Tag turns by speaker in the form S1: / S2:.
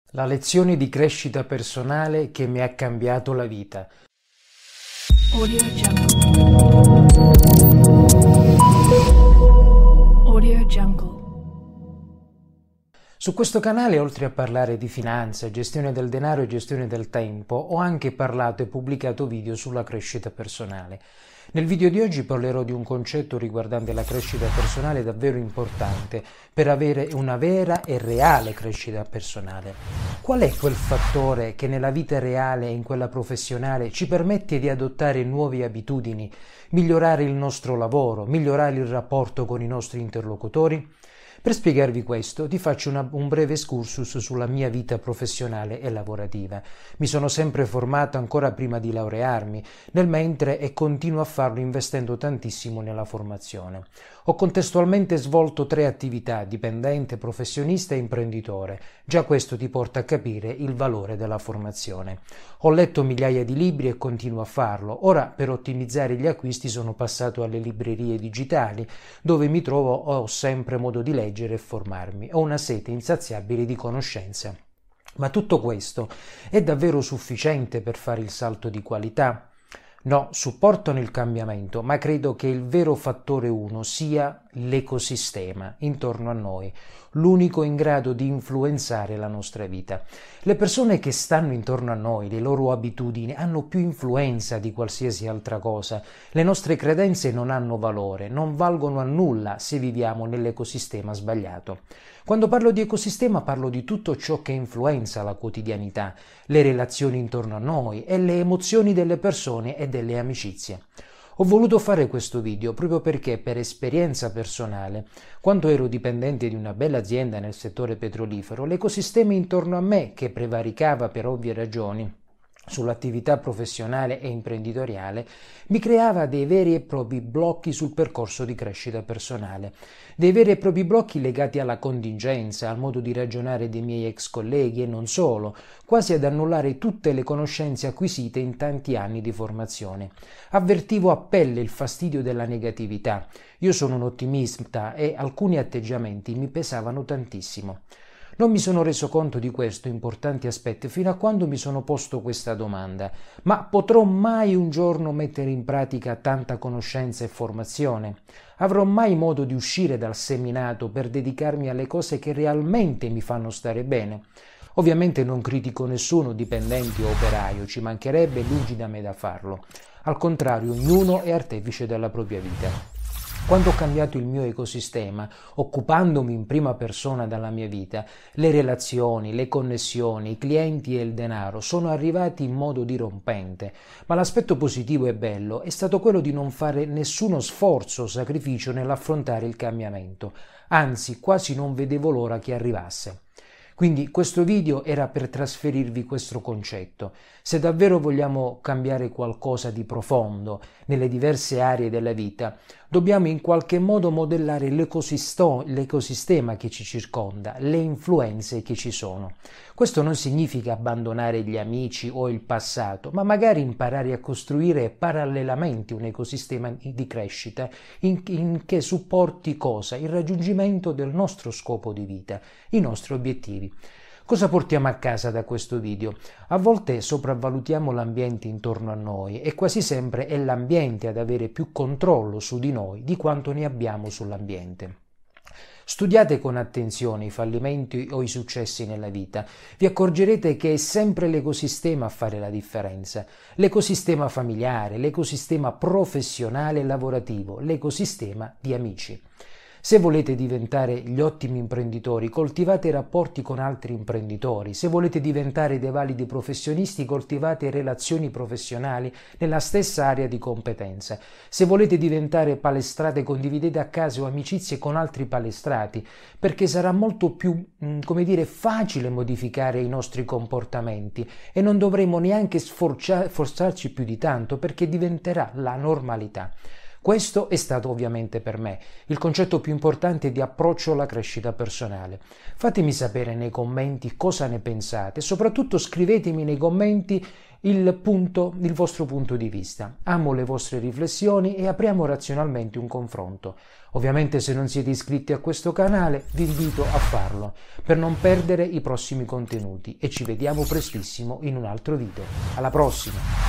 S1: La lezione di crescita personale che mi ha cambiato la vita.
S2: Audio Jungle. Audio Jungle.
S1: Su questo canale, oltre a parlare di finanza, gestione del denaro e gestione del tempo, ho anche parlato e pubblicato video sulla crescita personale. Nel video di oggi parlerò di un concetto riguardante la crescita personale davvero importante per avere una vera e reale crescita personale. Qual è quel fattore che nella vita reale e in quella professionale ci permette di adottare nuove abitudini, migliorare il nostro lavoro, migliorare il rapporto con i nostri interlocutori? Per spiegarvi questo, ti faccio un breve excursus sulla mia vita professionale e lavorativa. Mi sono sempre formato ancora prima di laurearmi, nel mentre e continuo a farlo investendo tantissimo nella formazione. Ho contestualmente svolto 3 attività: dipendente, professionista e imprenditore. Già questo ti porta a capire il valore della formazione. Ho letto migliaia di libri e continuo a farlo. Ora, per ottimizzare gli acquisti, sono passato alle librerie digitali, dove mi trovo, ho sempre modo di leggere e formarmi. Ho una sete insaziabile di conoscenza. Ma tutto questo è davvero sufficiente per fare il salto di qualità? No, supportano il cambiamento, ma credo che il vero fattore 1 sia l'ecosistema intorno a noi, l'unico in grado di influenzare la nostra vita. Le persone che stanno intorno a noi, le loro abitudini, hanno più influenza di qualsiasi altra cosa. Le nostre credenze non hanno valore, non valgono a nulla se viviamo nell'ecosistema sbagliato. Quando parlo di ecosistema parlo di tutto ciò che influenza la quotidianità, le relazioni intorno a noi e le emozioni delle persone e delle amicizie. Ho voluto fare questo video proprio perché, per esperienza personale, quando ero dipendente di una bella azienda nel settore petrolifero, l'ecosistema intorno a me, che prevaricava per ovvie ragioni sull'attività professionale e imprenditoriale, mi creava dei veri e propri blocchi sul percorso di crescita personale, dei veri e propri blocchi legati alla contingenza, al modo di ragionare dei miei ex colleghi e non solo, quasi ad annullare tutte le conoscenze acquisite in tanti anni di formazione. Avvertivo a pelle il fastidio della negatività. Io sono un ottimista e alcuni atteggiamenti mi pesavano tantissimo. Non mi sono reso conto di questo importante aspetto fino a quando mi sono posto questa domanda: ma potrò mai un giorno mettere in pratica tanta conoscenza e formazione? Avrò mai modo di uscire dal seminato per dedicarmi alle cose che realmente mi fanno stare bene? Ovviamente non critico nessuno, dipendente o operaio, ci mancherebbe, lungi da me da farlo. Al contrario, ognuno è artefice della propria vita. Quando ho cambiato il mio ecosistema, occupandomi in prima persona della mia vita, le relazioni, le connessioni, i clienti e il denaro sono arrivati in modo dirompente, ma l'aspetto positivo e bello è stato quello di non fare nessuno sforzo o sacrificio nell'affrontare il cambiamento, anzi quasi non vedevo l'ora che arrivasse. Quindi questo video era per trasferirvi questo concetto. Se davvero vogliamo cambiare qualcosa di profondo nelle diverse aree della vita, dobbiamo in qualche modo modellare l'ecosistema che ci circonda, le influenze che ci sono. Questo non significa abbandonare gli amici o il passato, ma magari imparare a costruire parallelamente un ecosistema di crescita in che supporti cosa? Il raggiungimento del nostro scopo di vita, i nostri obiettivi. Cosa portiamo a casa da questo video? A volte sopravvalutiamo l'ambiente intorno a noi e quasi sempre è l'ambiente ad avere più controllo su di noi di quanto ne abbiamo sull'ambiente. Studiate con attenzione i fallimenti o i successi nella vita. Vi accorgerete che è sempre l'ecosistema a fare la differenza. L'ecosistema familiare, l'ecosistema professionale e lavorativo, l'ecosistema di amici. Se volete diventare gli ottimi imprenditori, coltivate rapporti con altri imprenditori. Se volete diventare dei validi professionisti, coltivate relazioni professionali nella stessa area di competenza. Se volete diventare palestrate, condividete a casa o amicizie con altri palestrati, perché sarà molto più, facile modificare i nostri comportamenti e non dovremo neanche sforzarci più di tanto, perché diventerà la normalità. Questo è stato ovviamente per me il concetto più importante di approccio alla crescita personale. Fatemi sapere nei commenti cosa ne pensate e soprattutto scrivetemi nei commenti il vostro punto di vista. Amo le vostre riflessioni e apriamo razionalmente un confronto. Ovviamente se non siete iscritti a questo canale vi invito a farlo per non perdere i prossimi contenuti e ci vediamo prestissimo in un altro video. Alla prossima!